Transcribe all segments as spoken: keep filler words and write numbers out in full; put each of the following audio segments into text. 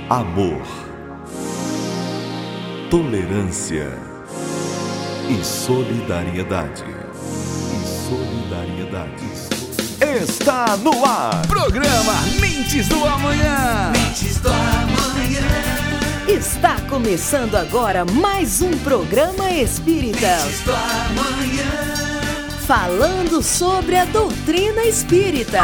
amor, tolerância e solidariedade. E solidariedade. Está no ar. Programa Mentes do Amanhã. Mentes do Amanhã. Está começando agora mais um programa espírita. Mentes do Amanhã. Falando sobre a doutrina espírita.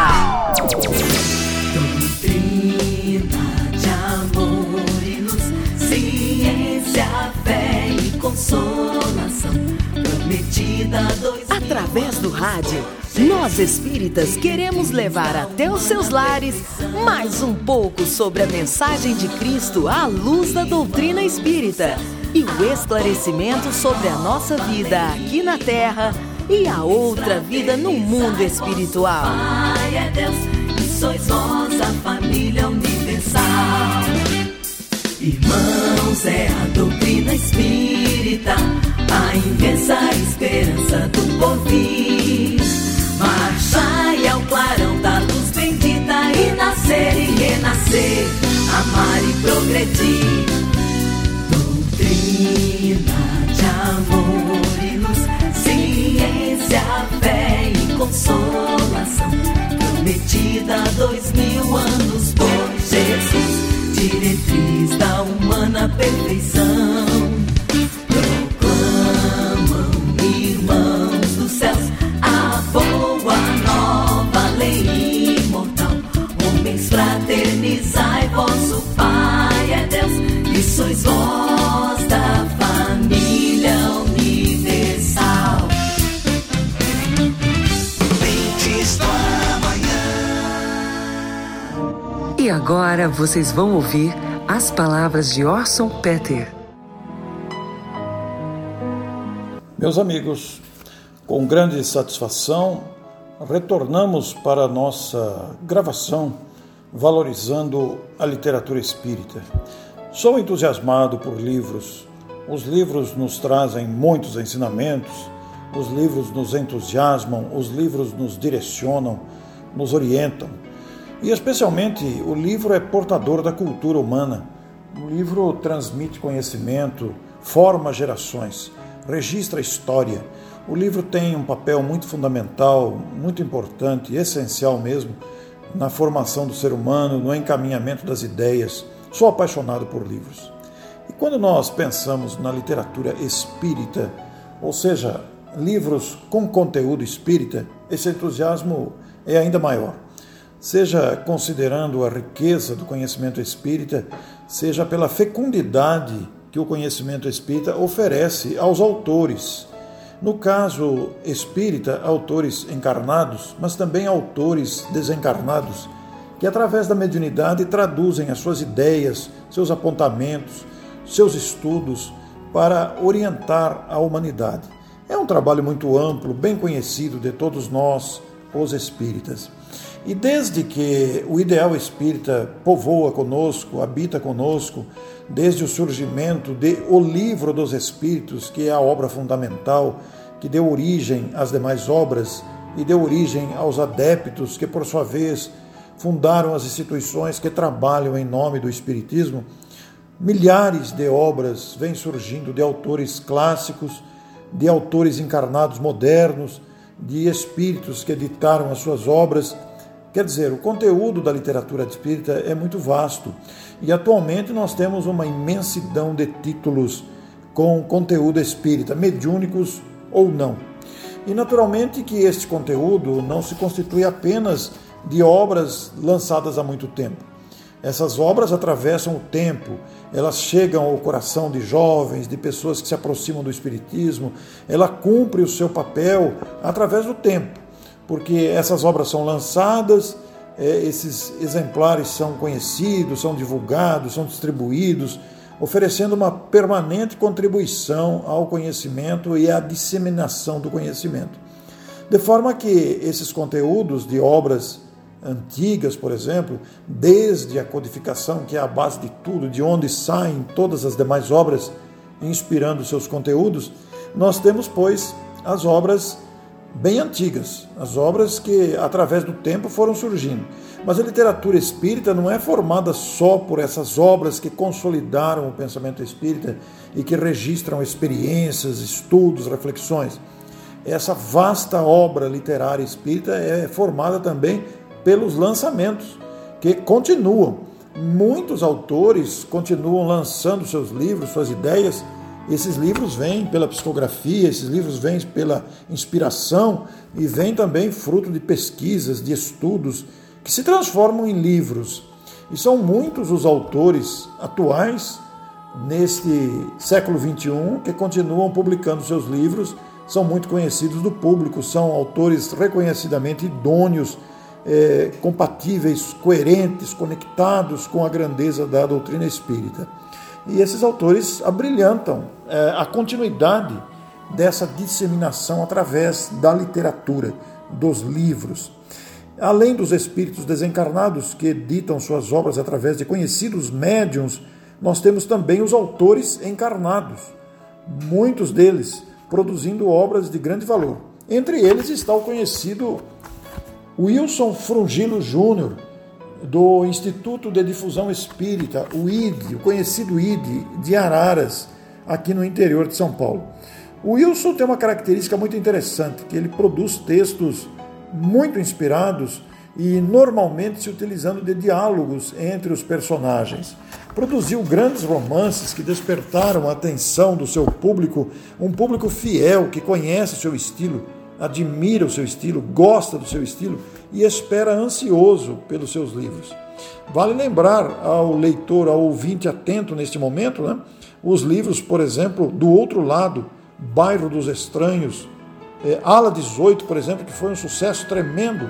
Doutrina de amor e luz, ciência, fé e consolação, prometida a dois mil Através do rádio, nós espíritas queremos levar até os seus lares mais um pouco sobre a mensagem de Cristo à luz da doutrina espírita e o esclarecimento sobre a nossa vida aqui na Terra e a outra vida no mundo espiritual. Pai é Deus e sois vós a família universal. Irmãos, é a doutrina espírita, a imensa esperança do porvir. Marchai ao clarão da luz bendita e nascer e renascer, amar e progredir. Doutrina de amor e luz, ciência, fé e consolação, prometida há dois mil anos por Jesus, diretriz da humana perfeição. Proclamam, irmãos dos céus, a boa nova lei imortal. Homens, fraternizai, vosso Pai é Deus e sois vós da família universal. Mentes do Amanhã. E agora vocês vão ouvir as palavras de Orson Peter. Meus amigos, com grande satisfação, retornamos para a nossa gravação valorizando a literatura espírita. Sou entusiasmado por livros. Os livros nos trazem muitos ensinamentos, os livros nos entusiasmam, os livros nos direcionam, nos orientam. E especialmente o livro é portador da cultura humana. O livro transmite conhecimento, forma gerações, registra história. O livro tem um papel muito fundamental, muito importante, essencial mesmo, na formação do ser humano, no encaminhamento das ideias. Sou apaixonado por livros. E quando nós pensamos na literatura espírita, ou seja, livros com conteúdo espírita, esse entusiasmo é ainda maior. Seja considerando a riqueza do conhecimento espírita, seja pela fecundidade que o conhecimento espírita oferece aos autores. No caso espírita, autores encarnados, mas também autores desencarnados, que através da mediunidade traduzem as suas ideias, seus apontamentos, seus estudos para orientar a humanidade. É um trabalho muito amplo, bem conhecido de todos nós, os espíritas. E desde que o ideal espírita povoa conosco, habita conosco, desde o surgimento de O Livro dos Espíritos, que é a obra fundamental, que deu origem às demais obras e deu origem aos adeptos que, por sua vez, fundaram as instituições que trabalham em nome do Espiritismo, milhares de obras vêm surgindo de autores clássicos, de autores encarnados modernos, de espíritos que editaram as suas obras. Quer dizer, o conteúdo da literatura espírita é muito vasto e atualmente nós temos uma imensidão de títulos com conteúdo espírita, mediúnicos ou não. E naturalmente que este conteúdo não se constitui apenas de obras lançadas há muito tempo. Essas obras atravessam o tempo, elas chegam ao coração de jovens, de pessoas que se aproximam do espiritismo, ela cumpre o seu papel através do tempo. Porque essas obras são lançadas, esses exemplares são conhecidos, são divulgados, são distribuídos, oferecendo uma permanente contribuição ao conhecimento e à disseminação do conhecimento. De forma que esses conteúdos de obras antigas, por exemplo, desde a codificação, que é a base de tudo, de onde saem todas as demais obras inspirando seus conteúdos, nós temos, pois, as obras bem antigas, as obras que através do tempo foram surgindo. Mas a literatura espírita não é formada só por essas obras que consolidaram o pensamento espírita e que registram experiências, estudos, reflexões. Essa vasta obra literária espírita é formada também pelos lançamentos, que continuam. Muitos autores continuam lançando seus livros, suas ideias. Esses livros vêm pela psicografia, esses livros vêm pela inspiração e vêm também fruto de pesquisas, de estudos, que se transformam em livros. E são muitos os autores atuais, neste século vinte e um, que continuam publicando seus livros, são muito conhecidos do público, são autores reconhecidamente idôneos, é, compatíveis, coerentes, conectados com a grandeza da doutrina espírita. E esses autores abrilhantam é, a continuidade dessa disseminação através da literatura, dos livros. Além dos espíritos desencarnados que editam suas obras através de conhecidos médiuns, nós temos também os autores encarnados, muitos deles produzindo obras de grande valor. Entre eles está o conhecido Wilson Frungilo Júnior, do Instituto de Difusão Espírita, o I D, o conhecido I D de Araras, aqui no interior de São Paulo. O Wilson tem uma característica muito interessante, que ele produz textos muito inspirados e normalmente se utilizando de diálogos entre os personagens. Produziu grandes romances que despertaram a atenção do seu público, um público fiel que conhece o seu estilo, admira o seu estilo, gosta do seu estilo e espera ansioso pelos seus livros. Vale lembrar ao leitor, ao ouvinte atento neste momento, né, os livros, por exemplo, Do Outro Lado, Bairro dos Estranhos, é, Ala dezoito, por exemplo, que foi um sucesso tremendo,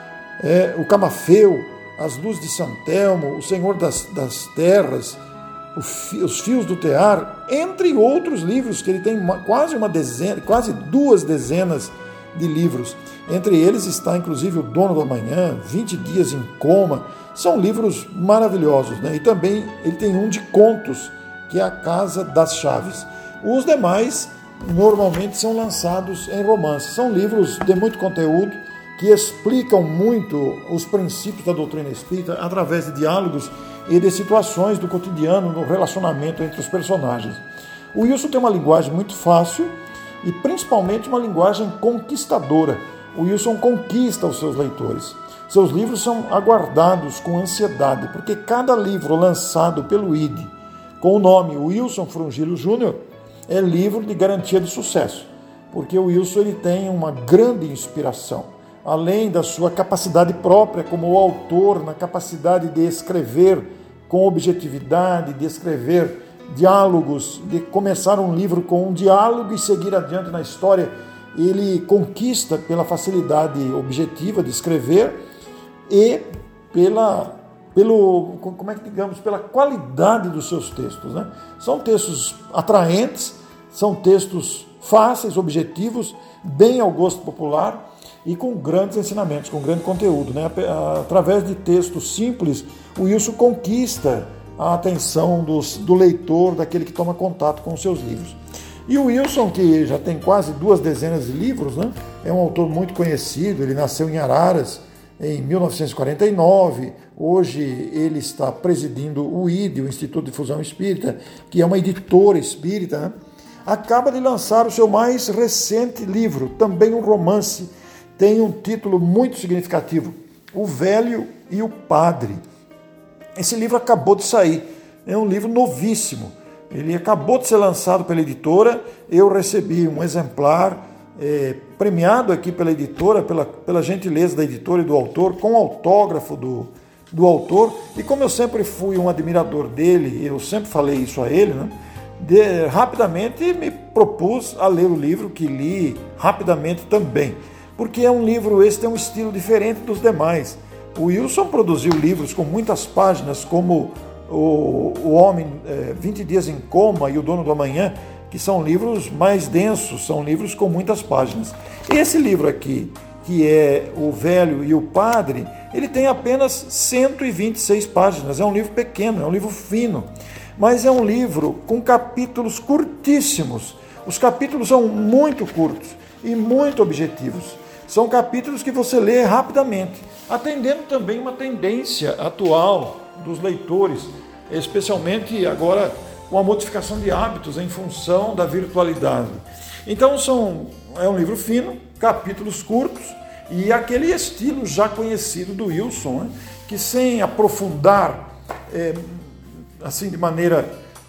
é, O Camafeu, As Luzes de São Telmo, O Senhor das, das Terras, o fi, Os Fios do Tear, entre outros livros, que ele tem uma, quase uma dezena, quase duas dezenas de livros. Entre eles está, inclusive, O Dono do Amanhã, vinte dias em Coma. São livros maravilhosos, né? E também ele tem um de contos, que é A Casa das Chaves. Os demais, normalmente, são lançados em romances. São livros de muito conteúdo, que explicam muito os princípios da doutrina espírita através de diálogos e de situações do cotidiano, no relacionamento entre os personagens. O Wilson tem uma linguagem muito fácil e principalmente uma linguagem conquistadora. O Wilson conquista os seus leitores. Seus livros são aguardados com ansiedade, porque cada livro lançado pelo I D com o nome Wilson Frungilo Júnior é livro de garantia de sucesso, porque o Wilson ele tem uma grande inspiração. Além da sua capacidade própria como autor, na capacidade de escrever com objetividade, de escrever diálogos, de começar um livro com um diálogo e seguir adiante na história, ele conquista pela facilidade objetiva de escrever e pela, pelo, como é que digamos, pela qualidade dos seus textos, né? São textos atraentes, são textos fáceis, objetivos, bem ao gosto popular, e com grandes ensinamentos, com grande conteúdo, né? Através de textos simples, o Wilson conquista a atenção dos, do leitor, daquele que toma contato com os seus livros. E o Wilson, que já tem quase duas dezenas de livros, né? É um autor muito conhecido, ele nasceu em Araras em mil novecentos e quarenta e nove, hoje ele está presidindo o I D, o Instituto de Difusão Espírita, que é uma editora espírita, né? Acaba de lançar o seu mais recente livro, também um romance, tem um título muito significativo, O Velho e o Padre. Esse livro acabou de sair, é um livro novíssimo, ele acabou de ser lançado pela editora, eu recebi um exemplar é, premiado aqui pela editora, pela, pela gentileza da editora e do autor, com autógrafo do, do autor, e como eu sempre fui um admirador dele, eu sempre falei isso a ele, né? De, rapidamente me propus a ler o livro, que li rapidamente também. Porque é um livro, esse tem um estilo diferente dos demais. O Wilson produziu livros com muitas páginas, como O, o Homem, é, vinte dias em Coma e O Dono do Amanhã, que são livros mais densos, são livros com muitas páginas. Esse livro aqui, que é O Velho e o Padre, ele tem apenas cento e vinte e seis páginas, é um livro pequeno, é um livro fino, mas é um livro com capítulos curtíssimos. Os capítulos são muito curtos e muito objetivos. São capítulos que você lê rapidamente, atendendo também uma tendência atual dos leitores, especialmente agora com a modificação de hábitos em função da virtualidade. Então são, é um livro fino, capítulos curtos e aquele estilo já conhecido do Wilson, né? Que sem aprofundar é, assim de maneira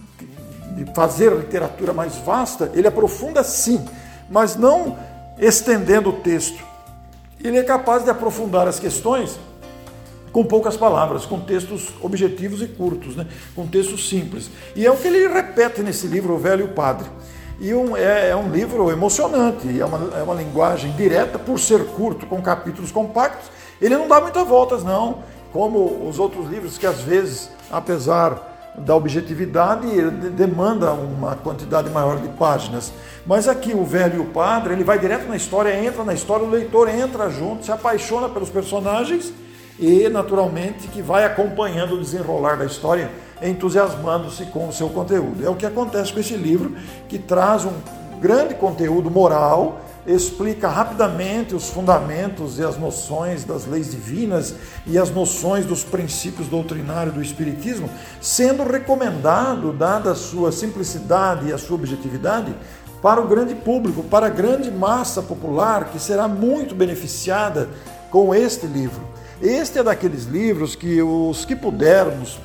de fazer a literatura mais vasta, ele aprofunda sim, mas não estendendo o texto. Ele é capaz de aprofundar as questões com poucas palavras, com textos objetivos e curtos, né? Com textos simples. E é o que ele repete nesse livro, O Velho e o Padre. E um, é, é um livro emocionante, é uma, é uma linguagem direta, por ser curto, com capítulos compactos. Ele não dá muitas voltas, não, como os outros livros que às vezes, apesar da objetividade, demanda uma quantidade maior de páginas. Mas aqui, O Velho e o Padre, ele vai direto na história, entra na história, o leitor entra junto, se apaixona pelos personagens e, naturalmente, que vai acompanhando o desenrolar da história, entusiasmando-se com o seu conteúdo. É o que acontece com esse livro, que traz um grande conteúdo moral, explica rapidamente os fundamentos e as noções das leis divinas e as noções dos princípios doutrinários do Espiritismo, sendo recomendado, dada a sua simplicidade e a sua objetividade, para o grande público, para a grande massa popular, que será muito beneficiada com este livro. Este é daqueles livros que os que pudermos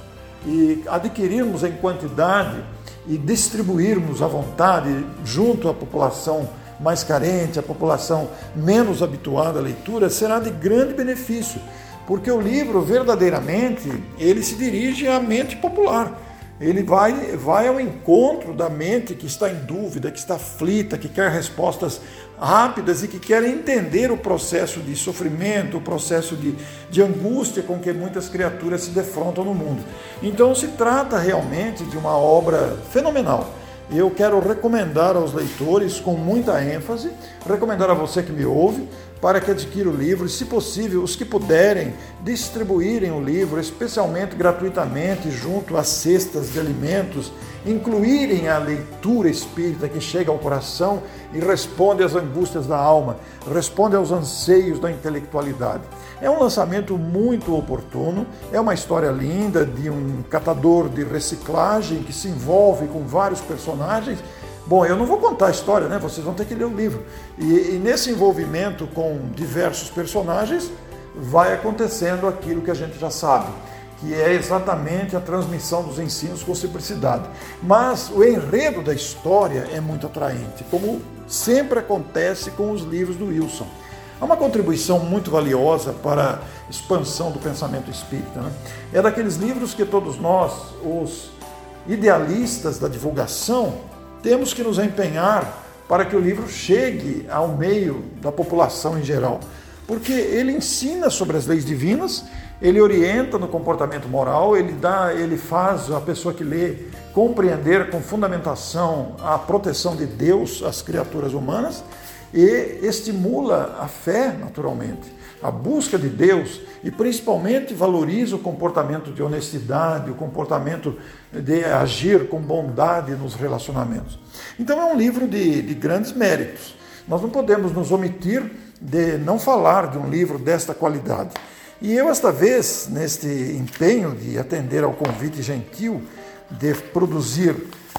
e adquirirmos em quantidade e distribuirmos à vontade junto à população mais carente, a população menos habituada à leitura, será de grande benefício, porque o livro verdadeiramente ele se dirige à mente popular. Ele vai, vai ao encontro da mente que está em dúvida, que está aflita, que quer respostas rápidas e que quer entender o processo de sofrimento, o processo de, de angústia com que muitas criaturas se defrontam no mundo. Então se trata realmente de uma obra fenomenal. Eu quero recomendar aos leitores com muita ênfase, recomendar a você que me ouve, para que adquira o livro e, se possível, os que puderem, distribuírem o livro, especialmente gratuitamente, junto às cestas de alimentos, incluírem a leitura espírita que chega ao coração e responde às angústias da alma, responde aos anseios da intelectualidade. É um lançamento muito oportuno, é uma história linda de um catador de reciclagem que se envolve com vários personagens. Bom, eu não vou contar a história, né? Vocês vão ter que ler o livro. E, e nesse envolvimento com diversos personagens, vai acontecendo aquilo que a gente já sabe, que é exatamente a transmissão dos ensinos com simplicidade. Mas o enredo da história é muito atraente, como sempre acontece com os livros do Wilson. É uma contribuição muito valiosa para a expansão do pensamento espírita, né? É daqueles livros que todos nós, os idealistas da divulgação, temos que nos empenhar para que o livro chegue ao meio da população em geral, porque ele ensina sobre as leis divinas, ele orienta no comportamento moral, ele dá, ele faz a pessoa que lê compreender com fundamentação a proteção de Deus às criaturas humanas e estimula a fé, naturalmente, a busca de Deus e principalmente valoriza o comportamento de honestidade, o comportamento de agir com bondade nos relacionamentos. Então é um livro de, de grandes méritos. Nós não podemos nos omitir de não falar de um livro desta qualidade. E eu, esta vez, neste empenho de atender ao convite gentil de produzir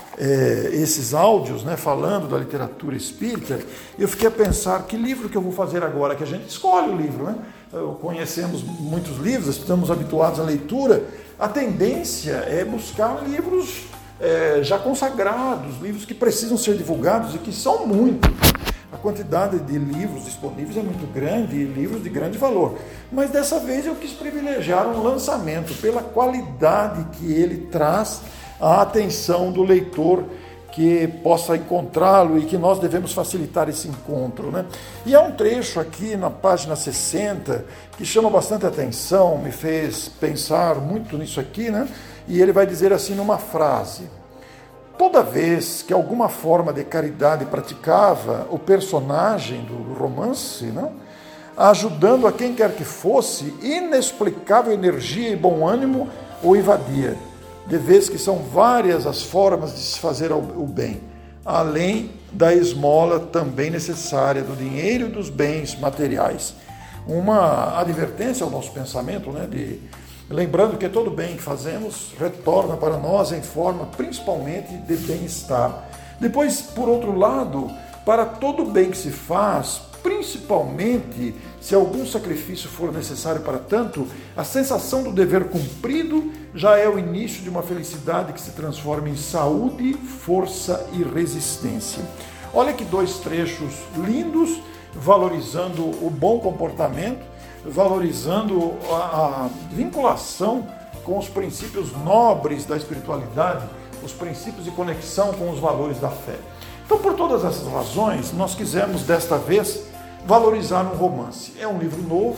eh, esses áudios, né, falando da literatura espírita, eu fiquei a pensar que livro que eu vou fazer agora, que a gente escolhe o livro, né? Conhecemos muitos livros, estamos habituados à leitura, a tendência é buscar livros é, já consagrados, livros que precisam ser divulgados e que são muitos. A quantidade de livros disponíveis é muito grande e livros de grande valor. Mas dessa vez eu quis privilegiar um lançamento pela qualidade que ele traz à atenção do leitor que possa encontrá-lo e que nós devemos facilitar esse encontro, né? E há um trecho aqui na página sessenta que chama bastante atenção, me fez pensar muito nisso aqui, né? E ele vai dizer assim numa frase: toda vez que alguma forma de caridade praticava o personagem do romance, né, ajudando a quem quer que fosse, inexplicável energia e bom ânimo o invadia, de vez que são várias as formas de se fazer o bem. além da esmola também necessária do dinheiro e dos bens materiais. Uma advertência ao nosso pensamento, né, de, lembrando que todo bem que fazemos retorna para nós em forma principalmente de bem-estar. Depois, por outro lado, para todo bem que se faz, principalmente se algum sacrifício for necessário para tanto, a sensação do dever cumprido já é o início de uma felicidade que se transforma em saúde, força e resistência. Olha que dois trechos lindos, valorizando o bom comportamento, valorizando a, a vinculação com os princípios nobres da espiritualidade, os princípios de conexão com os valores da fé. Então, por todas essas razões, nós quisemos desta vez valorizar um romance. É um livro novo,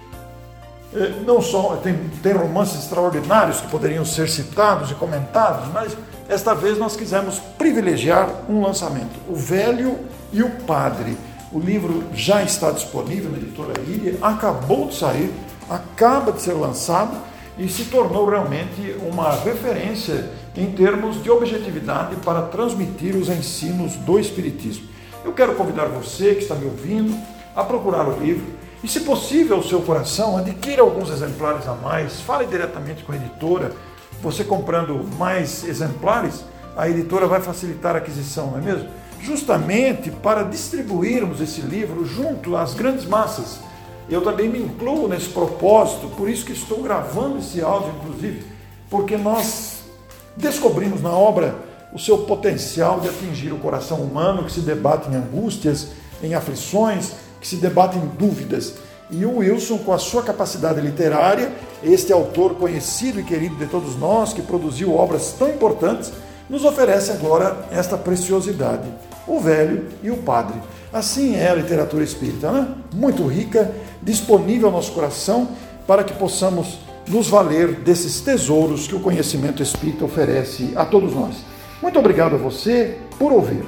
não só tem, tem romances extraordinários que poderiam ser citados e comentados, mas esta vez nós quisemos privilegiar um lançamento, O Velho e o Padre. O livro já está disponível na editora Líria, acabou de sair, acaba de ser lançado e se tornou realmente uma referência em termos de objetividade para transmitir os ensinos do Espiritismo. Eu quero convidar você que está me ouvindo a procurar o livro e, se possível, ao seu coração, adquira alguns exemplares a mais, fale diretamente com a editora. Você comprando mais exemplares, a editora vai facilitar a aquisição, não é mesmo? Justamente para distribuirmos esse livro junto às grandes massas. Eu também me incluo nesse propósito, por isso que estou gravando esse áudio, inclusive, porque nós descobrimos na obra o seu potencial de atingir o coração humano que se debate em angústias, em aflições, que se debate em dúvidas. E o Wilson, com a sua capacidade literária, este autor conhecido e querido de todos nós, que produziu obras tão importantes, nos oferece agora esta preciosidade, O Velho e o Padre. Assim é a literatura espírita, né? Muito rica, disponível ao nosso coração, para que possamos nos valer desses tesouros que o conhecimento espírita oferece a todos nós. Muito obrigado a você por ouvir.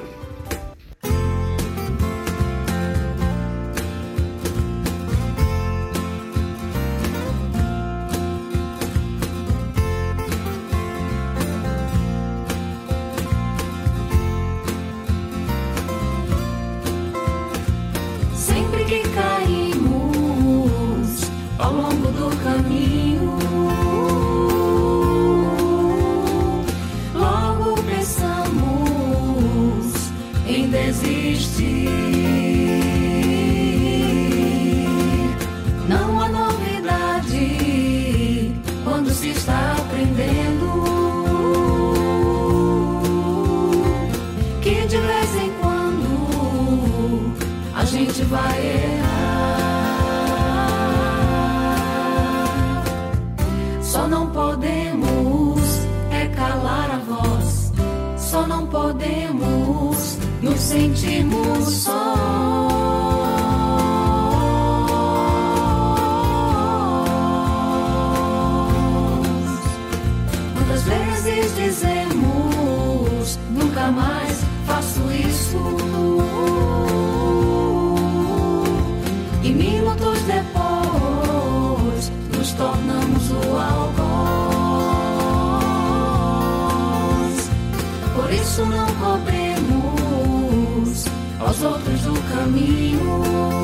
Sempre que caímos ao longo do caminho, logo pensamos em desistir. Não há novidade quando se está aprendendo, que de vez em quando a gente vai errar. Só não podemos é calar a voz, só não podemos nos sentirmos sós. Quantas vezes dizemos nunca mais faço isso, e minutos depois nos tornamos o algoz. Por isso não cobremos aos outros do caminho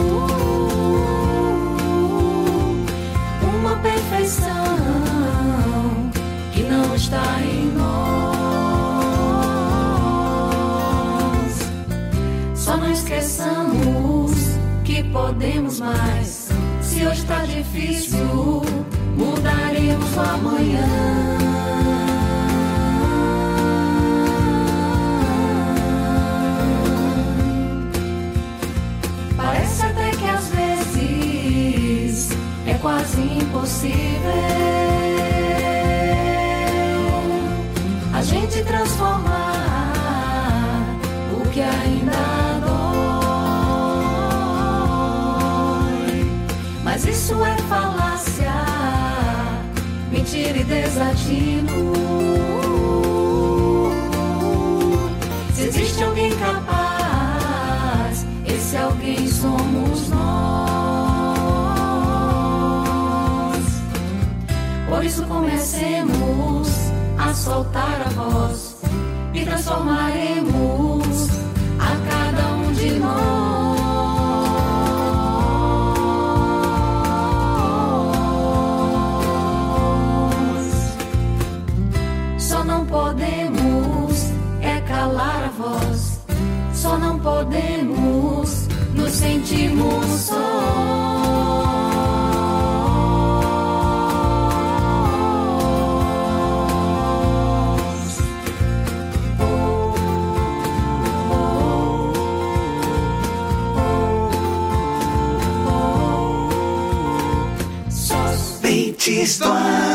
uma perfeição que não está em nós. Só não esqueçamos que podemos mais. Se hoje está difícil, mudaremos o amanhã. Parece até que às vezes é quase impossível a gente transformar o que ainda dói. Mas isso é falácia, mentira e desatino. Se existe alguém capaz, esse alguém somos nós. Por isso comecemos a soltar a voz e transformaremos podemos, nos sentimos sós. Mentes do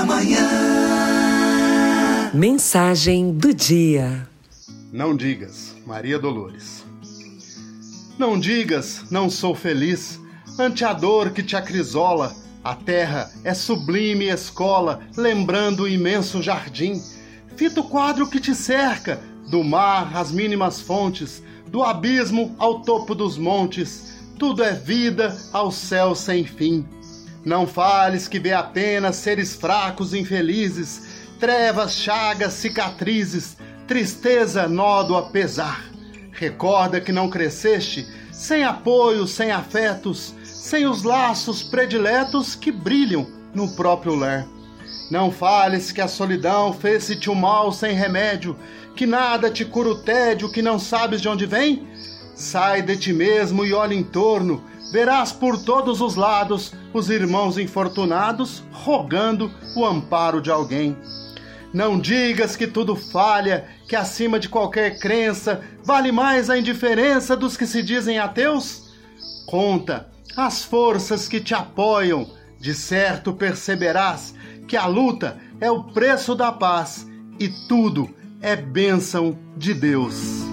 amanhã. Mensagem do dia. Não digas, Maria Dolores. Não digas, não sou feliz, ante a dor que te acrisola. A terra é sublime escola, lembrando o imenso jardim. Fita o quadro que te cerca, do mar às mínimas fontes, do abismo ao topo dos montes. Tudo é vida ao céu sem fim. Não fales que vê apenas seres fracos e infelizes, trevas, chagas, cicatrizes, tristeza, nódoa, pesar. Recorda que não cresceste sem apoio, sem afetos, sem os laços prediletos que brilham no próprio lar. Não fales que a solidão fez-te o mal sem remédio, que nada te cura o tédio, que não sabes de onde vem? Sai de ti mesmo e olha em torno, verás por todos os lados os irmãos infortunados rogando o amparo de alguém. Não digas que tudo falha, que acima de qualquer crença vale mais a indiferença dos que se dizem ateus? Conta as forças que te apoiam, de certo perceberás que a luta é o preço da paz e tudo é bênção de Deus.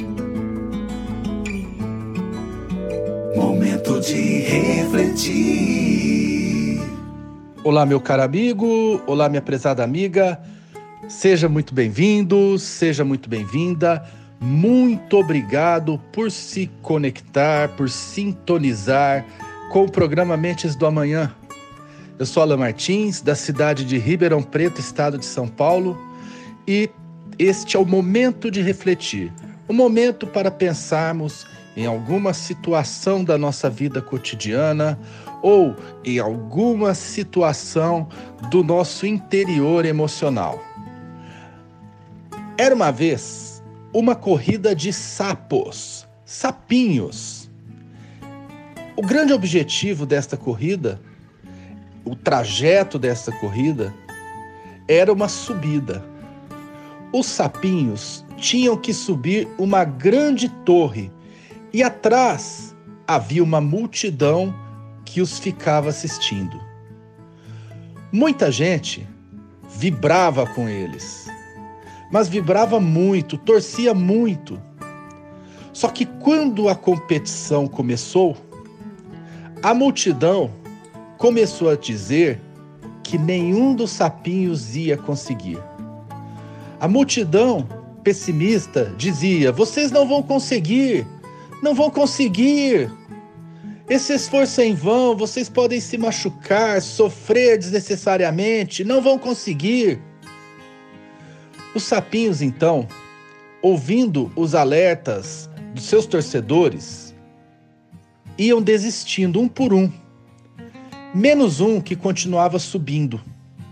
Momento de refletir. Olá, meu caro amigo, olá, minha prezada amiga, seja muito bem-vindo, seja muito bem-vinda, muito obrigado por se conectar, por sintonizar com o programa Mentes do Amanhã. Eu sou Alan Martins, da cidade de Ribeirão Preto, estado de São Paulo, e este é o momento de refletir, o momento para pensarmos em alguma situação da nossa vida cotidiana ou em alguma situação do nosso interior emocional. Era uma vez uma corrida de sapos, sapinhos. O grande objetivo desta corrida, o trajeto desta corrida, era uma subida. Os sapinhos tinham que subir uma grande torre e atrás havia uma multidão que os ficava assistindo. Muita gente vibrava com eles, mas vibrava muito, torcia muito. Só que quando a competição começou, a multidão começou a dizer que nenhum dos sapinhos ia conseguir. A multidão pessimista dizia: vocês não vão conseguir, não vão conseguir. Esse esforço é em vão, vocês podem se machucar, sofrer desnecessariamente, não vão conseguir. Os sapinhos, então, ouvindo os alertas dos seus torcedores, iam desistindo um por um, menos um que continuava subindo.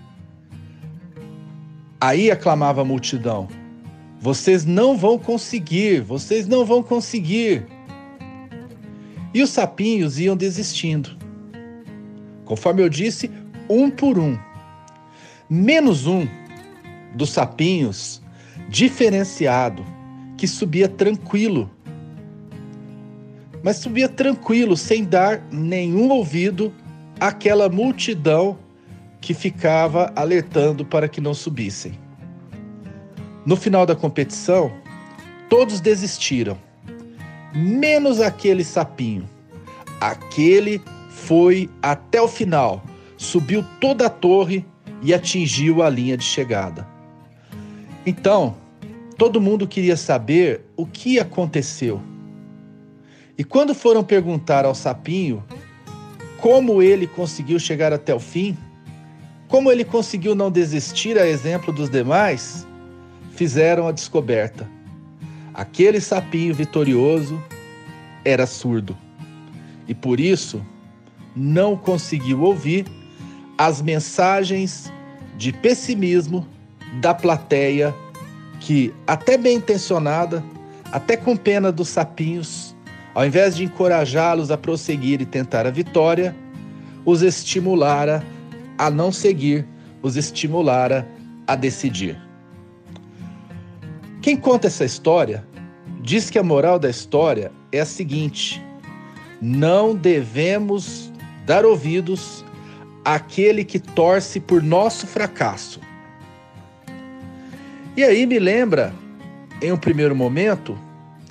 Aí aclamava a multidão: vocês não vão conseguir, vocês não vão conseguir. E os sapinhos iam desistindo. Conforme eu disse, um por um. Menos um dos sapinhos diferenciado, que subia tranquilo. Mas subia tranquilo, sem dar nenhum ouvido àquela multidão que ficava alertando para que não subissem. No final da competição, todos desistiram, menos aquele sapinho. Aquele foi até o final, subiu toda a torre e atingiu a linha de chegada. Então, todo mundo queria saber o que aconteceu. E quando foram perguntar ao sapinho como ele conseguiu chegar até o fim, como ele conseguiu não desistir a exemplo dos demais, fizeram a descoberta. Aquele sapinho vitorioso era surdo e por isso não conseguiu ouvir as mensagens de pessimismo da plateia que, até bem intencionada, até com pena dos sapinhos, ao invés de encorajá-los a prosseguir e tentar a vitória, os estimulara a não seguir, os estimulara a decidir. Quem conta essa história diz que a moral da história é a seguinte: não devemos dar ouvidos àquele que torce por nosso fracasso. E aí me lembra, em um primeiro momento,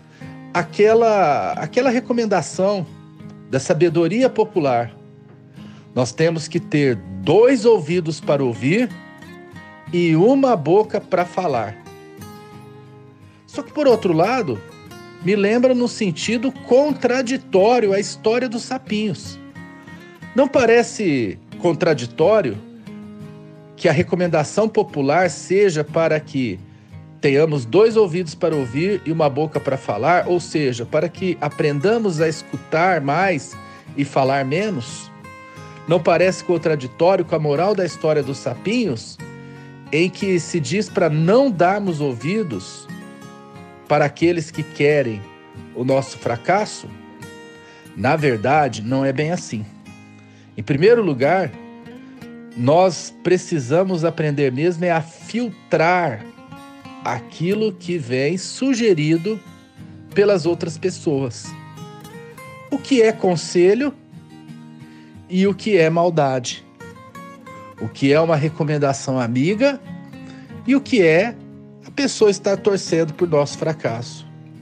aquela, aquela recomendação da sabedoria popular. Nós temos que ter dois ouvidos para ouvir e uma boca para falar. Só que, por outro lado, me lembra no sentido contraditório a história dos sapinhos. Não parece contraditório que a recomendação popular seja para que tenhamos dois ouvidos para ouvir e uma boca para falar, ou seja, para que aprendamos a escutar mais e falar menos? Não parece contraditório com a moral da história dos sapinhos, em que se diz para não darmos ouvidos para aqueles que querem o nosso fracasso? Na verdade, não é bem assim. Em primeiro lugar, nós precisamos aprender mesmo é a filtrar aquilo que vem sugerido pelas outras pessoas. O que é conselho e o que é maldade. O que é uma recomendação amiga e o que é a pessoa estar torcendo por nosso fracasso.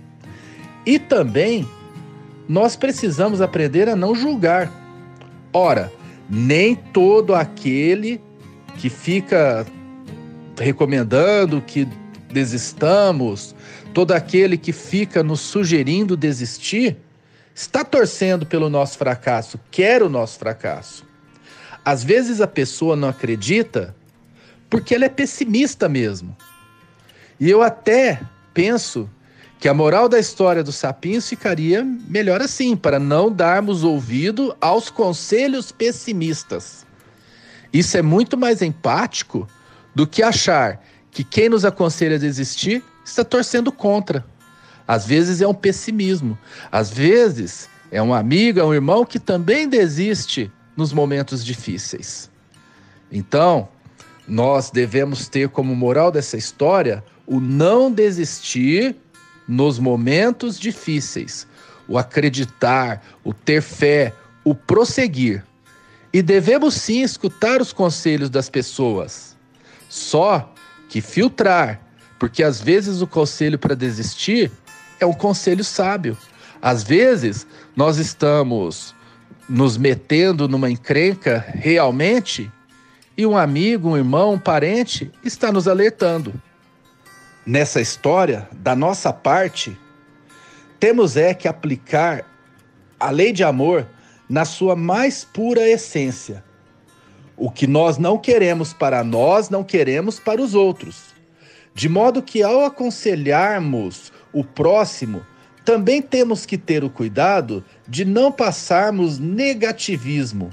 E também nós precisamos aprender a não julgar. Ora, nem todo aquele que fica recomendando que desistamos, todo aquele que fica nos sugerindo desistir, está torcendo pelo nosso fracasso, quer o nosso fracasso. Às vezes a pessoa não acredita porque ela é pessimista mesmo. E eu até penso que a moral da história dos sapinhos ficaria melhor assim, para não darmos ouvido aos conselhos pessimistas. Isso é muito mais empático do que achar que quem nos aconselha a desistir está torcendo contra. Às vezes é um pessimismo, às vezes é um amigo, é um irmão que também desiste nos momentos difíceis. Então, nós devemos ter como moral dessa história o não desistir nos momentos difíceis, o acreditar, o ter fé, o prosseguir. E devemos sim escutar os conselhos das pessoas, só que filtrar, porque às vezes o conselho para desistir é um conselho sábio. Às vezes nós estamos nos metendo numa encrenca realmente e um amigo, um irmão, um parente está nos alertando. Nessa história, da nossa parte, temos é que aplicar a lei de amor na sua mais pura essência. O que nós não queremos para nós, não queremos para os outros. De modo que, ao aconselharmos o próximo, também temos que ter o cuidado de não passarmos negativismo.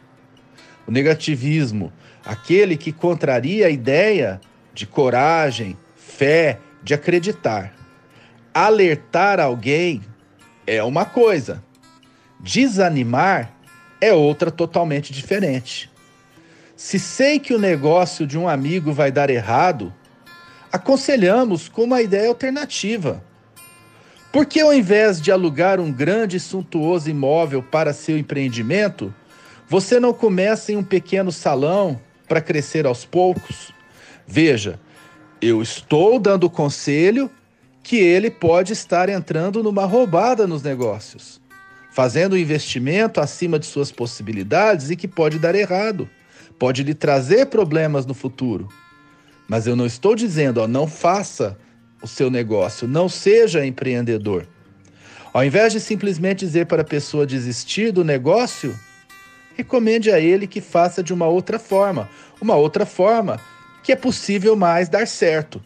O negativismo, aquele que contraria a ideia de coragem, fé, de acreditar. Alertar alguém é uma coisa. Desanimar é outra totalmente diferente. Se sei que o negócio de um amigo vai dar errado, aconselhamos com uma ideia alternativa. Por que, ao invés de alugar um grande e suntuoso imóvel para seu empreendimento, você não começa em um pequeno salão para crescer aos poucos? Veja, eu estou dando conselho que ele pode estar entrando numa roubada nos negócios, fazendo um investimento acima de suas possibilidades e que pode dar errado, pode lhe trazer problemas no futuro. Mas eu não estou dizendo, ó, não faça o seu negócio, não seja empreendedor. Ao invés de simplesmente dizer para a pessoa desistir do negócio, recomende a ele que faça de uma outra forma, uma outra forma que é possível mais dar certo.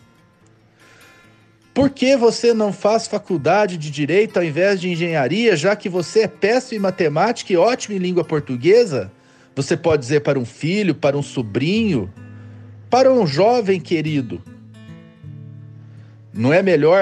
Por que você não faz faculdade de Direito ao invés de Engenharia, já que você é péssimo em matemática e ótimo em língua portuguesa? Você pode dizer para um filho, para um sobrinho, para um jovem querido. Não é melhor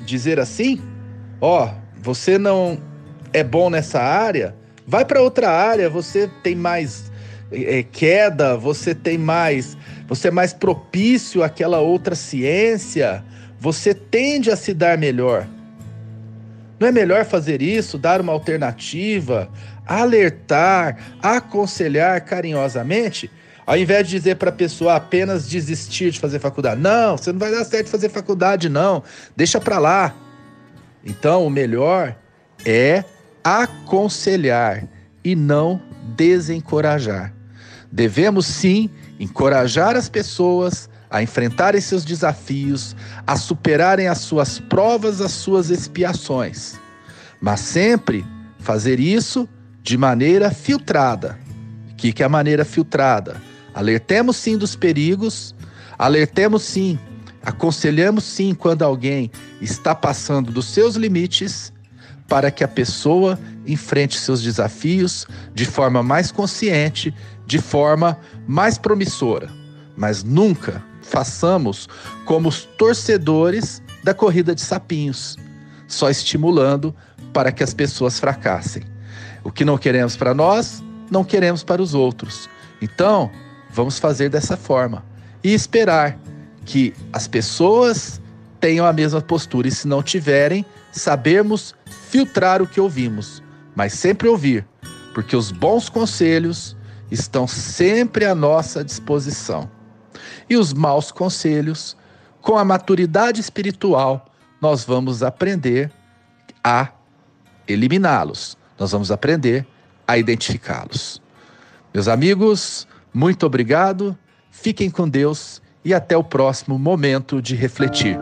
dizer assim: ó, você não é bom nessa área, vai para outra área, você tem mais é, queda, você tem mais, você é mais propício àquela outra ciência, você tende a se dar melhor. Não é melhor fazer isso, dar uma alternativa, alertar, aconselhar carinhosamente, ao invés de dizer para a pessoa apenas desistir de fazer faculdade? Não, você não vai dar certo de fazer faculdade, não. Deixa para lá. Então, o melhor é aconselhar e não desencorajar. Devemos, sim, encorajar as pessoas a enfrentarem seus desafios, a superarem as suas provas, as suas expiações. Mas sempre fazer isso de maneira filtrada. O que que é a maneira filtrada? Alertemos sim dos perigos, alertemos sim, aconselhamos sim quando alguém está passando dos seus limites, para que a pessoa enfrente seus desafios de forma mais consciente, de forma mais promissora. Mas nunca façamos como os torcedores da corrida de sapinhos, só estimulando para que as pessoas fracassem. O que não queremos para nós, não queremos para os outros. Então, vamos fazer dessa forma e esperar que as pessoas tenham a mesma postura, e se não tiverem, sabermos filtrar o que ouvimos, mas sempre ouvir, porque os bons conselhos estão sempre à nossa disposição. E os maus conselhos, com a maturidade espiritual, nós vamos aprender a eliminá-los, nós vamos aprender a identificá-los. Meus amigos, muito obrigado, fiquem com Deus e até o próximo momento de refletir.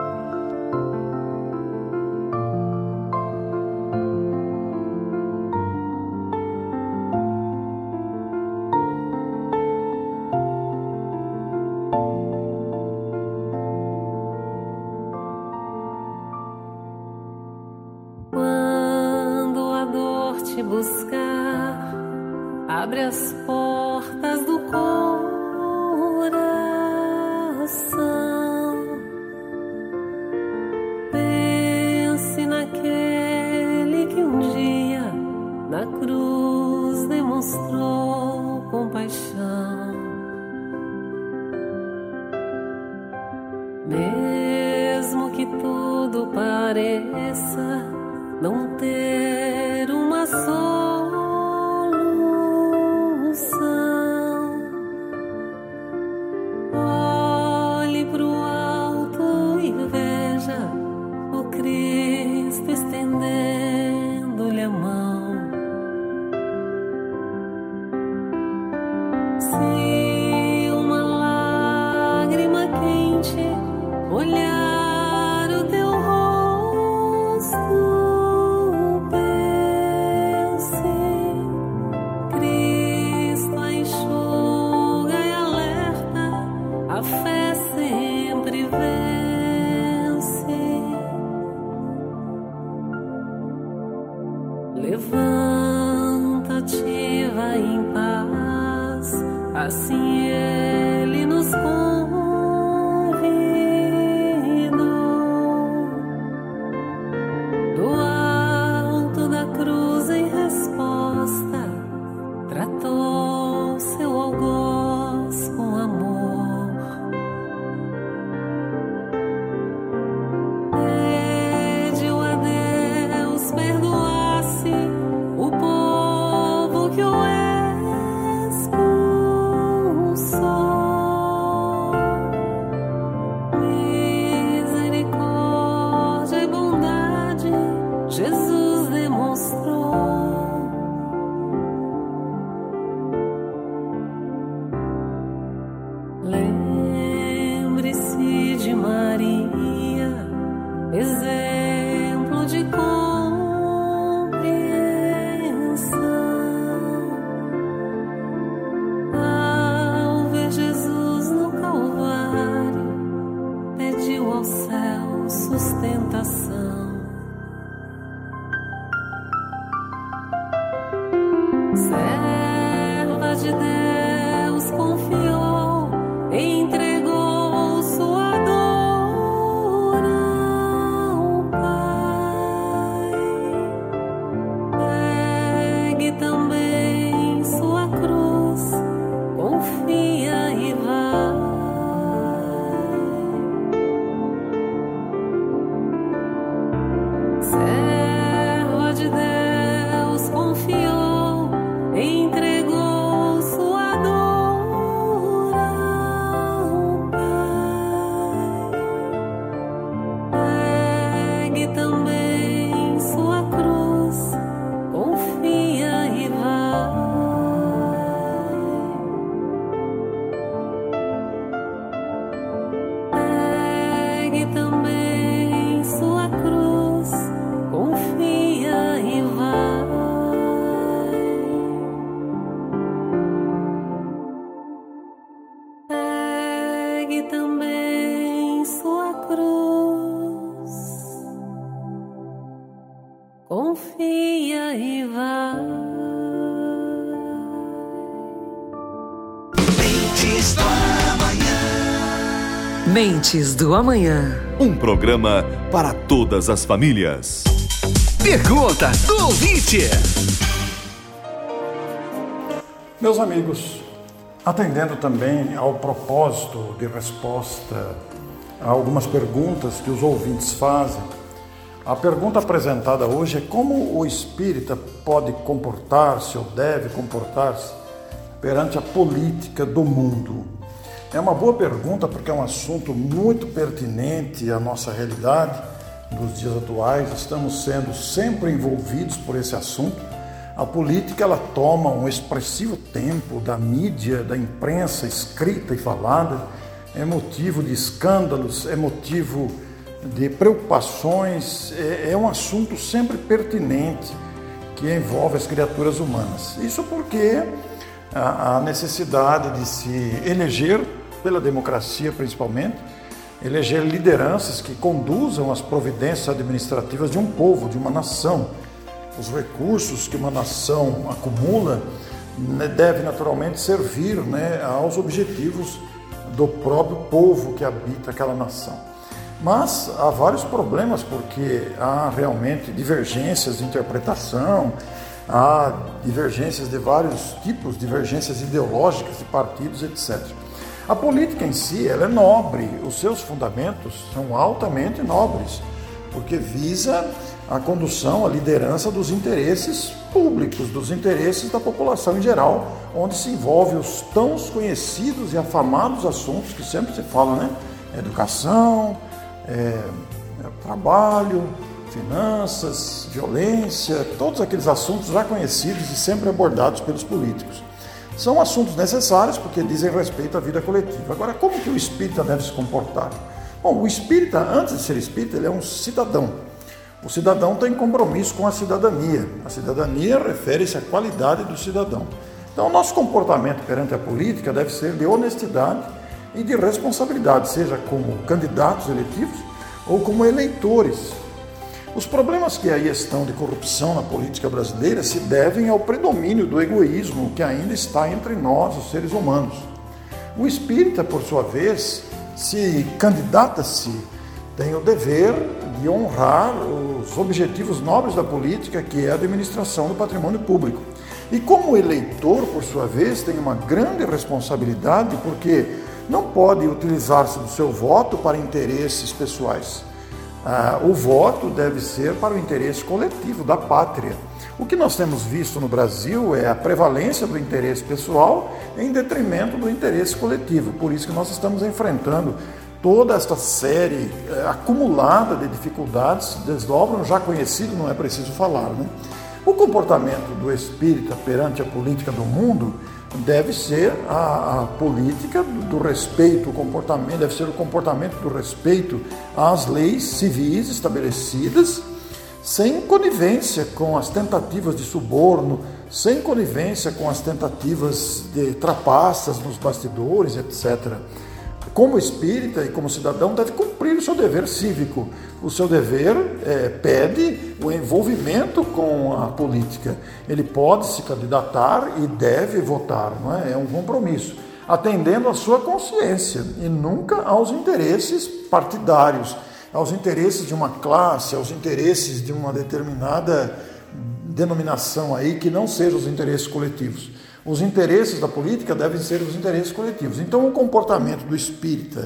Quando a dor te buscar, abre as portas do coração. Pense naquele que um dia na cruz demonstrou compaixão. Mesmo que tudo pareça não ter uma solução, olhe pro alto e veja o Cristo estendendo-lhe a mão. Se uma lágrima quente olhar o teu rosto, a fé sempre vence. Levanta-te, vai em paz, assim Ele nos convidou. Do alto da cruz em resposta, tratou seu algoz com amor. Jesus demonstrou. Lembre-se de Maria, exemplo de compreensão. Ao ver Jesus no Calvário, pediu ao céu sustentação. Serva de Deus confiou, entregou sua dor ao ergue também sua cruz. Confia e vai. Mentes do Amanhã. Mentes do Amanhã. Um programa para todas as famílias. Pergunta do ouvinte. Meus amigos, atendendo também ao propósito de resposta a algumas perguntas que os ouvintes fazem, a pergunta apresentada hoje é como o espírita pode comportar-se ou deve comportar-se perante a política do mundo. É uma boa pergunta porque é um assunto muito pertinente à nossa realidade nos dias atuais. Estamos sendo sempre envolvidos por esse assunto. A política ela toma um expressivo tempo da mídia, da imprensa escrita e falada, é motivo de escândalos, é motivo de preocupações, é, é um assunto sempre pertinente que envolve as criaturas humanas. Isso porque a, a necessidade de se eleger, pela democracia principalmente, eleger lideranças que conduzam as providências administrativas de um povo, de uma nação. Os recursos que uma nação acumula né, deve naturalmente servir né, aos objetivos do próprio povo que habita aquela nação. Mas há vários problemas porque há realmente divergências de interpretação, há divergências de vários tipos, divergências ideológicas de partidos, etcétera. A política em si ela é nobre, os seus fundamentos são altamente nobres, porque visa a condução, a liderança dos interesses públicos, dos interesses da população em geral, onde se envolve os tão conhecidos e afamados assuntos que sempre se fala, né? Educação, é, trabalho, finanças, violência, todos aqueles assuntos já conhecidos e sempre abordados pelos políticos. São assuntos necessários porque dizem respeito à vida coletiva. Agora, como que o espírita deve se comportar? Bom, o espírita, antes de ser espírita, ele é um cidadão. O cidadão tem compromisso com a cidadania. A cidadania refere-se à qualidade do cidadão. Então, o nosso comportamento perante a política deve ser de honestidade e de responsabilidade, seja como candidatos eletivos ou como eleitores. Os problemas que aí estão de corrupção na política brasileira se devem ao predomínio do egoísmo que ainda está entre nós, os seres humanos. O espírita, por sua vez, se candidata-se, tem o dever de honrar os objetivos nobres da política, que é a administração do patrimônio público. E como eleitor, por sua vez, tem uma grande responsabilidade, porque não pode utilizar-se do seu voto para interesses pessoais. Ah, o voto deve ser para o interesse coletivo da pátria. O que nós temos visto no Brasil é a prevalência do interesse pessoal em detrimento do interesse coletivo. Por isso que nós estamos enfrentando toda esta série eh, acumulada de dificuldades, desdobram já conhecido, não é preciso falar, né? O comportamento do espírita perante a política do mundo deve ser a, a política do, do respeito, o comportamento, deve ser o comportamento do respeito às leis civis estabelecidas, sem conivência com as tentativas de suborno, sem conivência com as tentativas de trapaças nos bastidores, etcétera. Como espírita e como cidadão deve cumprir o seu dever cívico. O seu dever é, pede o envolvimento com a política. Ele pode se candidatar e deve votar, não é? É um compromisso, atendendo à sua consciência e nunca aos interesses partidários, aos interesses de uma classe, aos interesses de uma determinada denominação aí que não sejam os interesses coletivos. Os interesses da política devem ser os interesses coletivos. Então, o comportamento do espírita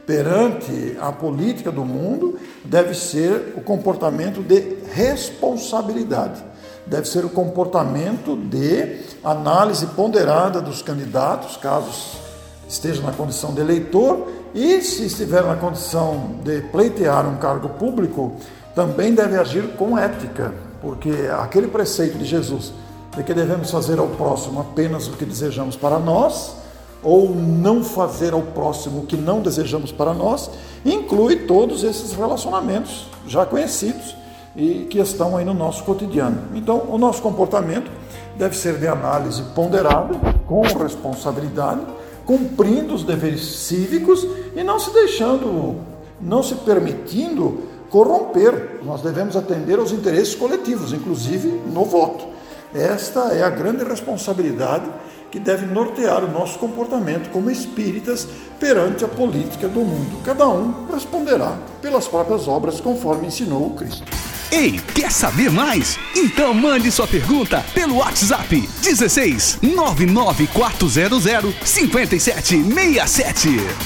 perante a política do mundo deve ser o comportamento de responsabilidade. Deve ser o comportamento de análise ponderada dos candidatos, caso esteja na condição de eleitor, e se estiver na condição de pleitear um cargo público, também deve agir com ética, porque aquele preceito de Jesus de que devemos fazer ao próximo apenas o que desejamos para nós, ou não fazer ao próximo o que não desejamos para nós, inclui todos esses relacionamentos já conhecidos e que estão aí no nosso cotidiano. Então, o nosso comportamento deve ser de análise ponderada, com responsabilidade, cumprindo os deveres cívicos e não se deixando, não se permitindo corromper. Nós devemos atender aos interesses coletivos, inclusive no voto. Esta é a grande responsabilidade que deve nortear o nosso comportamento como espíritas perante a política do mundo. Cada um responderá pelas próprias obras, conforme ensinou o Cristo. Ei, quer saber mais? Então mande sua pergunta pelo WhatsApp dezesseis nove nove quatro zero zero cinco sete seis sete.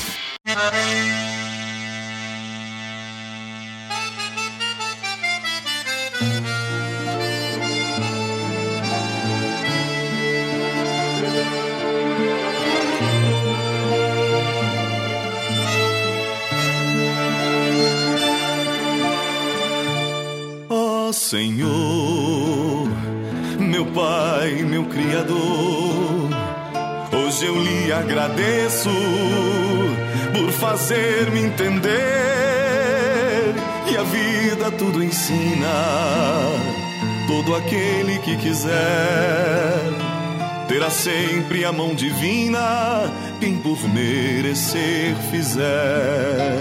Senhor, meu Pai, meu Criador, hoje eu lhe agradeço por fazer-me entender que a vida tudo ensina. Todo aquele que quiser terá sempre a mão divina, quem por merecer fizer.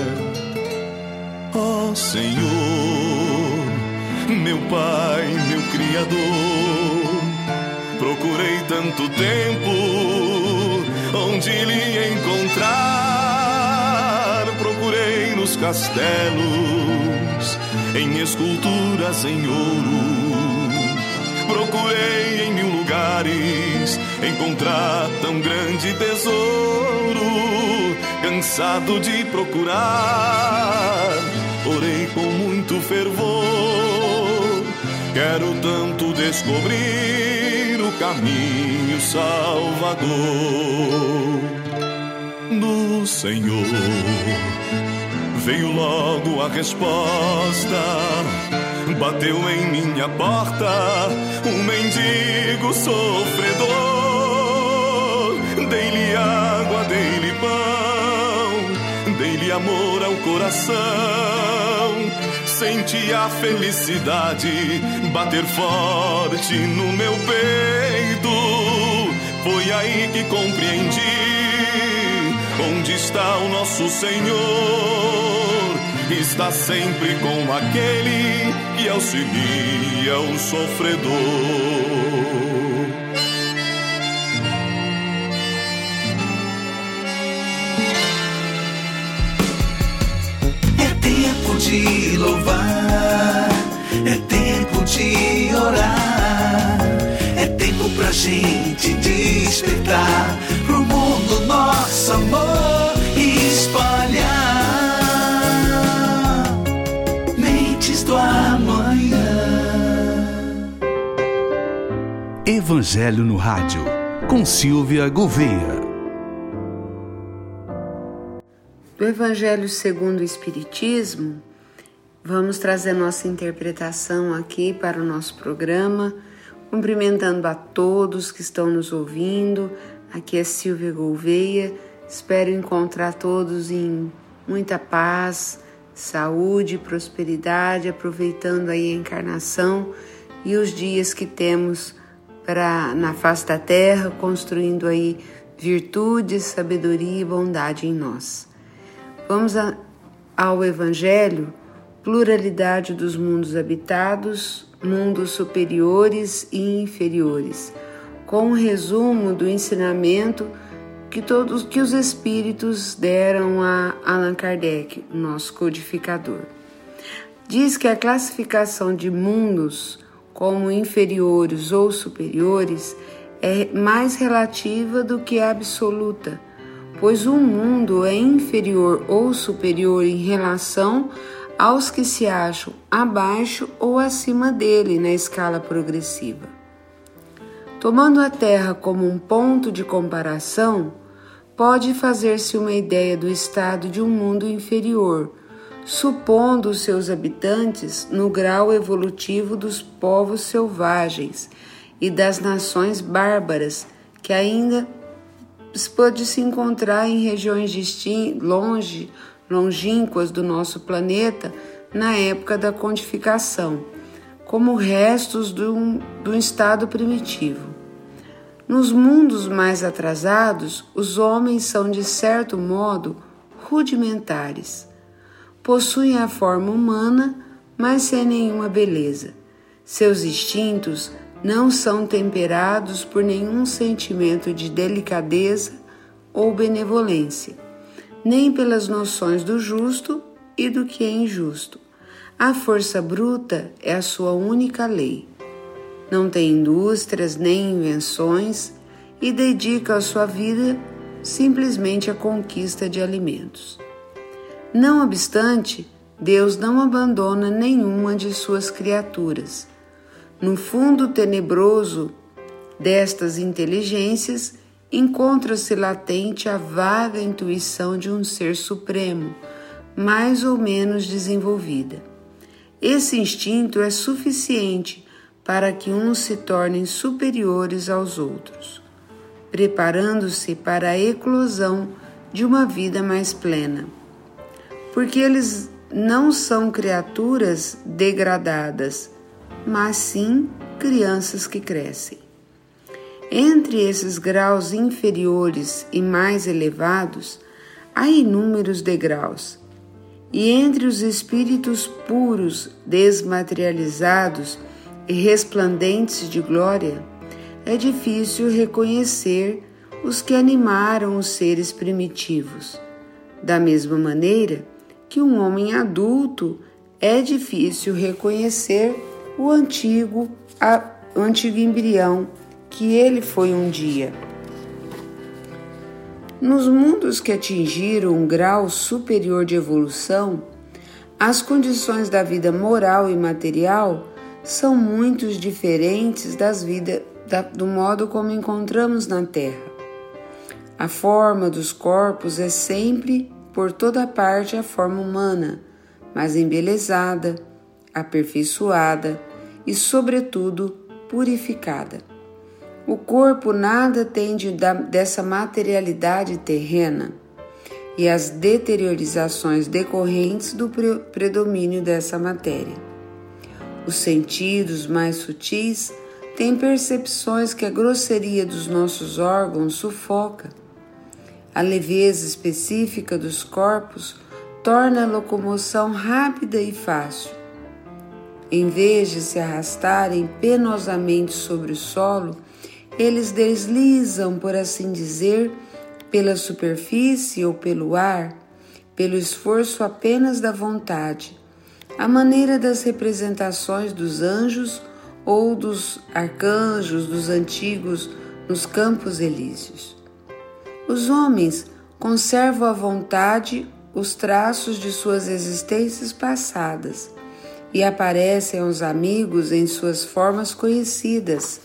Ó Senhor, meu Pai, meu Criador, procurei tanto tempo onde lhe encontrar. Procurei nos castelos, em esculturas em ouro. Procurei em mil lugares encontrar tão grande tesouro. Cansado de procurar, orei com muito fervor. Quero tanto descobrir o caminho salvador do Senhor. Veio logo a resposta, bateu em minha porta um mendigo sofredor. Dei-lhe água, dei-lhe pão, dei-lhe amor ao coração. Senti a felicidade bater forte no meu peito. Foi aí que compreendi onde está o nosso Senhor. Está sempre com aquele que auxilia o sofredor. De louvar, é tempo de orar, é tempo pra gente despertar, pro mundo nosso amor espalhar. Mentes do amanhã. Evangelho no Rádio, com Silvia Gouveia. Do Evangelho segundo o Espiritismo, vamos trazer nossa interpretação aqui para o nosso programa, cumprimentando a todos que estão nos ouvindo. Aqui é Silvia Gouveia, espero encontrar todos em muita paz, saúde, prosperidade, aproveitando aí a encarnação e os dias que temos para, na face da terra, construindo aí virtude, sabedoria e bondade em nós. Vamos a, ao Evangelho, pluralidade dos mundos habitados, mundos superiores e inferiores, com um resumo do ensinamento que, todos, que os Espíritos deram a Allan Kardec, nosso codificador. Diz que a classificação de mundos como inferiores ou superiores é mais relativa do que absoluta, pois um mundo é inferior ou superior em relação aos que se acham abaixo ou acima dele na escala progressiva. Tomando a Terra como um ponto de comparação, pode fazer-se uma ideia do estado de um mundo inferior, supondo os seus habitantes no grau evolutivo dos povos selvagens e das nações bárbaras que ainda pode se encontrar em regiões distin- longe, longínquas do nosso planeta na época da codificação, como restos de um, de um estado primitivo. Nos mundos mais atrasados, os homens são, de certo modo, rudimentares. Possuem a forma humana, mas sem nenhuma beleza. Seus instintos não são temperados por nenhum sentimento de delicadeza ou benevolência, nem pelas noções do justo e do que é injusto. A força bruta é a sua única lei. Não tem indústrias nem invenções e dedica a sua vida simplesmente à conquista de alimentos. Não obstante, Deus não abandona nenhuma de suas criaturas. No fundo tenebroso destas inteligências, encontra-se latente a vaga intuição de um ser supremo, mais ou menos desenvolvida. Esse instinto é suficiente para que uns se tornem superiores aos outros, preparando-se para a eclosão de uma vida mais plena. Porque eles não são criaturas degradadas, mas sim crianças que crescem. Entre esses graus inferiores e mais elevados, há inúmeros degraus, e entre os espíritos puros, desmaterializados e resplandentes de glória, é difícil reconhecer os que animaram os seres primitivos. Da mesma maneira que um homem adulto é difícil reconhecer o antigo, a, o antigo embrião que ele foi um dia. Nos mundos que atingiram um grau superior de evolução, as condições da vida moral e material são muito diferentes das vida, da, do modo como encontramos na Terra. A forma dos corpos é sempre, por toda parte, a forma humana, mas embelezada, aperfeiçoada e, sobretudo, purificada. O corpo nada tem de, da, dessa materialidade terrena e as deteriorizações decorrentes do pre, predomínio dessa matéria. Os sentidos mais sutis têm percepções que a grosseria dos nossos órgãos sufoca. A leveza específica dos corpos torna a locomoção rápida e fácil. Em vez de se arrastarem penosamente sobre o solo, eles deslizam, por assim dizer, pela superfície ou pelo ar, pelo esforço apenas da vontade, à maneira das representações dos anjos ou dos arcanjos dos antigos nos campos elíseos. Os homens conservam à vontade os traços de suas existências passadas e aparecem aos amigos em suas formas conhecidas,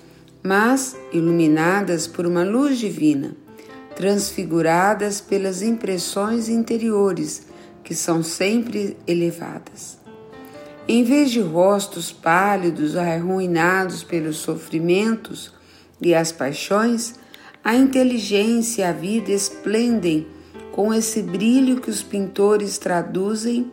mas iluminadas por uma luz divina, transfiguradas pelas impressões interiores, que são sempre elevadas. Em vez de rostos pálidos arruinados pelos sofrimentos e as paixões, a inteligência e a vida esplendem com esse brilho que os pintores traduzem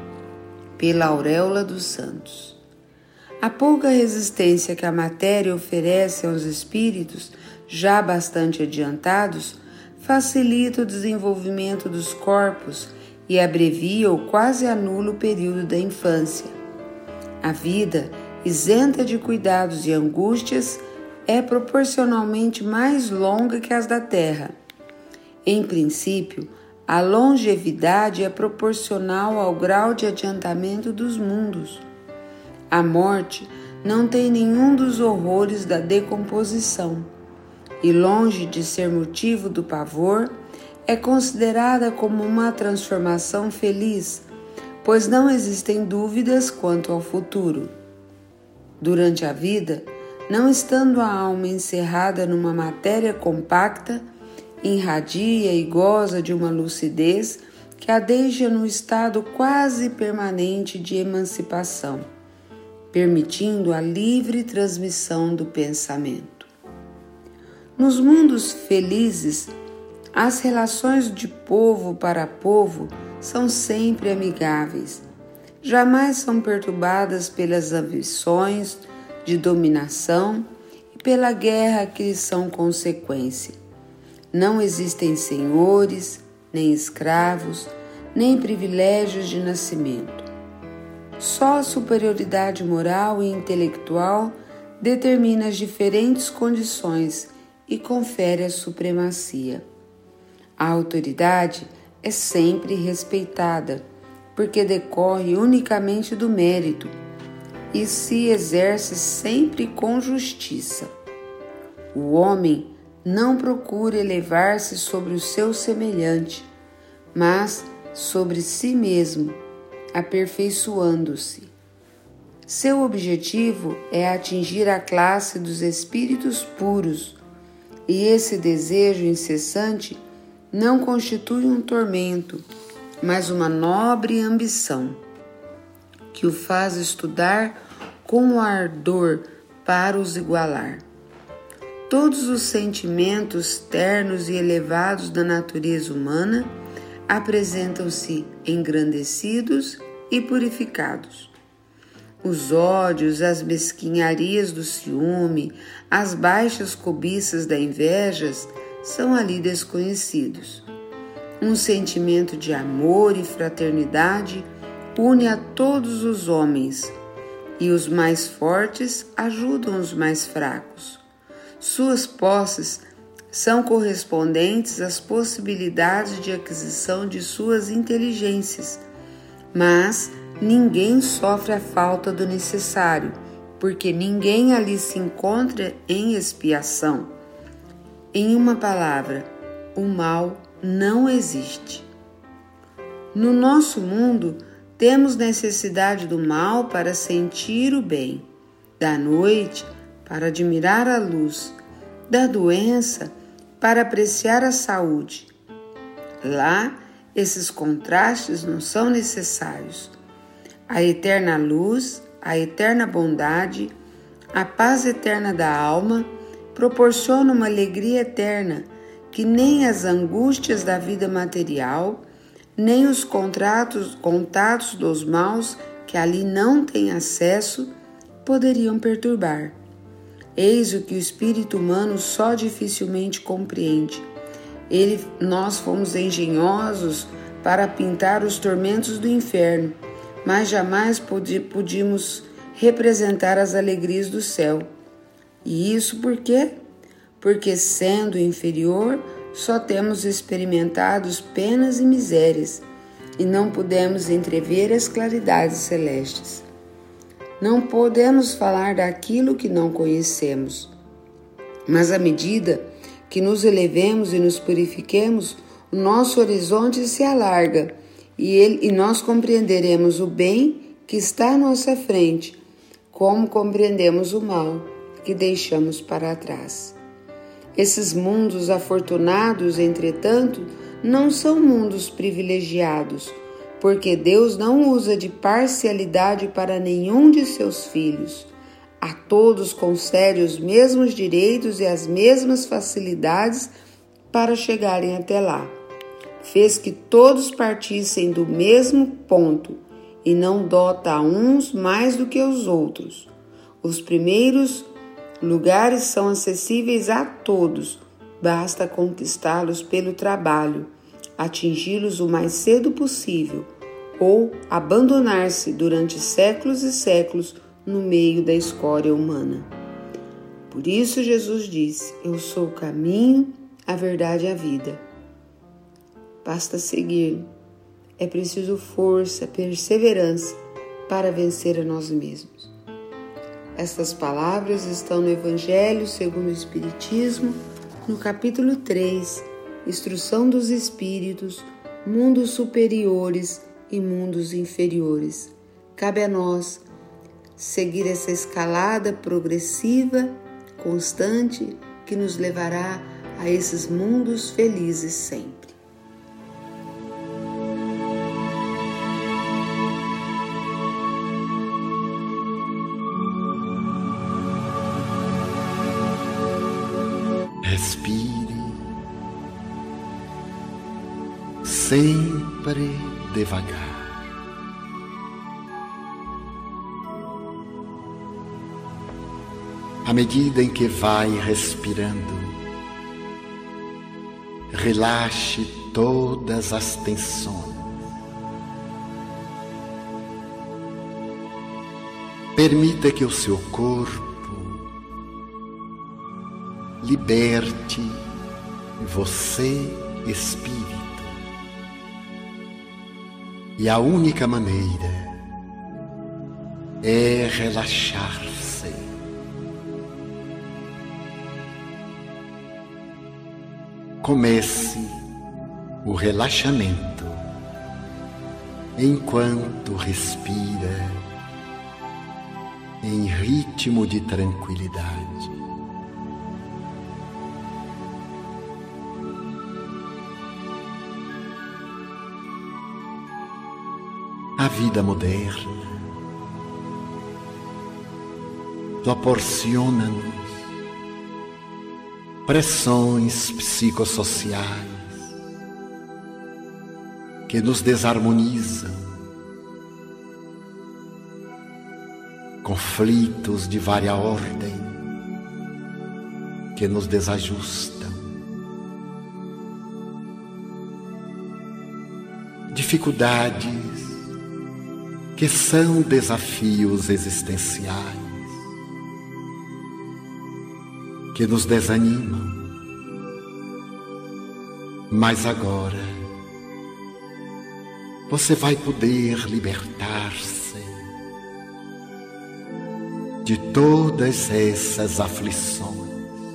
pela auréola dos santos. A pouca resistência que a matéria oferece aos espíritos, já bastante adiantados, facilita o desenvolvimento dos corpos e abrevia ou quase anula o período da infância. A vida, isenta de cuidados e angústias, é proporcionalmente mais longa que as da Terra. Em princípio, a longevidade é proporcional ao grau de adiantamento dos mundos. A morte não tem nenhum dos horrores da decomposição e, longe de ser motivo do pavor, é considerada como uma transformação feliz, pois não existem dúvidas quanto ao futuro. Durante a vida, não estando a alma encerrada numa matéria compacta, irradia e goza de uma lucidez que a deixa no estado quase permanente de emancipação, permitindo a livre transmissão do pensamento. Nos mundos felizes, as relações de povo para povo são sempre amigáveis, jamais são perturbadas pelas ambições de dominação e pela guerra que lhes são consequência. Não existem senhores, nem escravos, nem privilégios de nascimento. Só a superioridade moral e intelectual determina as diferentes condições e confere a supremacia. A autoridade é sempre respeitada, porque decorre unicamente do mérito e se exerce sempre com justiça. O homem não procura elevar-se sobre o seu semelhante, mas sobre si mesmo, aperfeiçoando-se. Seu objetivo é atingir a classe dos espíritos puros, e esse desejo incessante não constitui um tormento, mas uma nobre ambição, que o faz estudar com ardor para os igualar. Todos os sentimentos ternos e elevados da natureza humana apresentam-se engrandecidos e purificados. Os ódios, as mesquinharias do ciúme, as baixas cobiças da inveja são ali desconhecidos. Um sentimento de amor e fraternidade une a todos os homens, e os mais fortes ajudam os mais fracos. Suas posses são correspondentes às possibilidades de aquisição de suas inteligências, mas ninguém sofre a falta do necessário, porque ninguém ali se encontra em expiação. Em uma palavra, o mal não existe. No nosso mundo, temos necessidade do mal para sentir o bem, da noite para admirar a luz, da doença para apreciar a saúde. Lá, esses contrastes não são necessários. A eterna luz, a eterna bondade, a paz eterna da alma proporciona uma alegria eterna que nem as angústias da vida material, nem os contratos, contatos dos maus que ali não têm acesso poderiam perturbar. Eis o que o espírito humano só dificilmente compreende. Ele, nós fomos engenhosos para pintar os tormentos do inferno, mas jamais pudimos representar as alegrias do céu. E isso por quê? Porque, sendo inferior, só temos experimentado penas e misérias, e não pudemos entrever as claridades celestes. Não podemos falar daquilo que não conhecemos, mas à medida que nos elevemos e nos purifiquemos, o nosso horizonte se alarga e, ele, e nós compreenderemos o bem que está à nossa frente, como compreendemos o mal que deixamos para trás. Esses mundos afortunados, entretanto, não são mundos privilegiados, porque Deus não usa de parcialidade para nenhum de seus filhos. A todos concede os mesmos direitos e as mesmas facilidades para chegarem até lá. Fez que todos partissem do mesmo ponto e não dota a uns mais do que os outros. Os primeiros lugares são acessíveis a todos, basta conquistá-los pelo trabalho, atingi-los o mais cedo possível ou abandonar-se durante séculos e séculos no meio da escória humana. Por isso Jesus disse: eu sou o caminho, a verdade e a vida. Basta seguir. É preciso força, perseverança para vencer a nós mesmos. Estas palavras estão no Evangelho segundo o Espiritismo, no capítulo três, Instrução dos Espíritos, Mundos Superiores e Mundos Inferiores. Cabe a nós seguir essa escalada progressiva, constante, que nos levará a esses mundos felizes sempre. Respire sempre devagar. à medida em que vai respirando, relaxe todas as tensões. Permita que o seu corpo liberte você, espírito. E a única maneira é relaxar-se. Comece o relaxamento enquanto respira em ritmo de tranquilidade. A vida moderna proporciona-nos pressões psicossociais que nos desarmonizam, conflitos de vária ordem que nos desajustam, dificuldades que são desafios existenciais, que nos desanimam. Mas agora você vai poder libertar-se de todas essas aflições,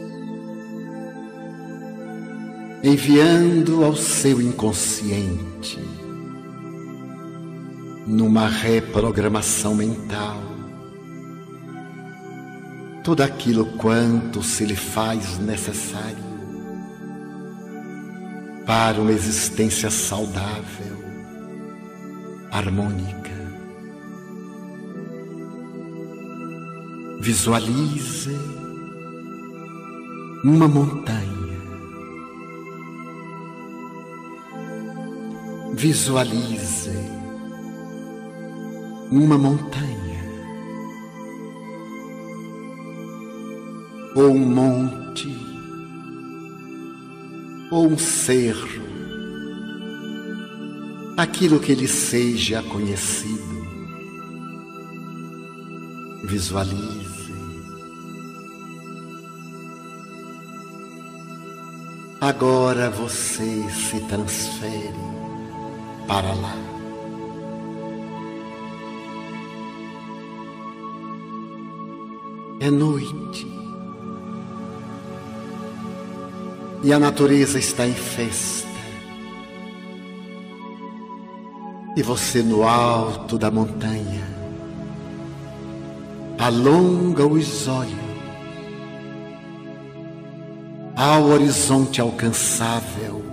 enviando ao seu inconsciente, numa reprogramação mental, tudo aquilo quanto se lhe faz necessário para uma existência saudável, harmônica. Visualize uma montanha. Visualize uma montanha, ou um monte, ou um cerro, aquilo que lhe seja conhecido. Visualize. Agora você se transfere para lá. É noite e a natureza está em festa, e você no alto da montanha alonga os olhos ao horizonte alcançável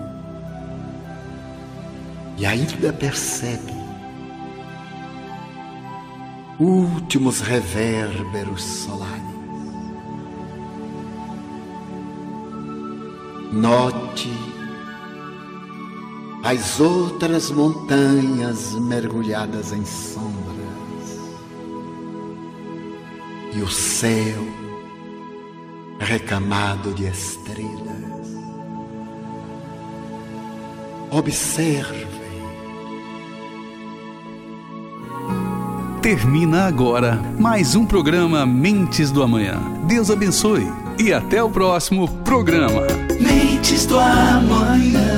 e ainda percebe últimos revérberos solares. Note as outras montanhas mergulhadas em sombras e o céu recamado de estrelas. Observe. Termina agora mais um programa Mentes do Amanhã. Deus abençoe e até o próximo programa. Mentes do Amanhã.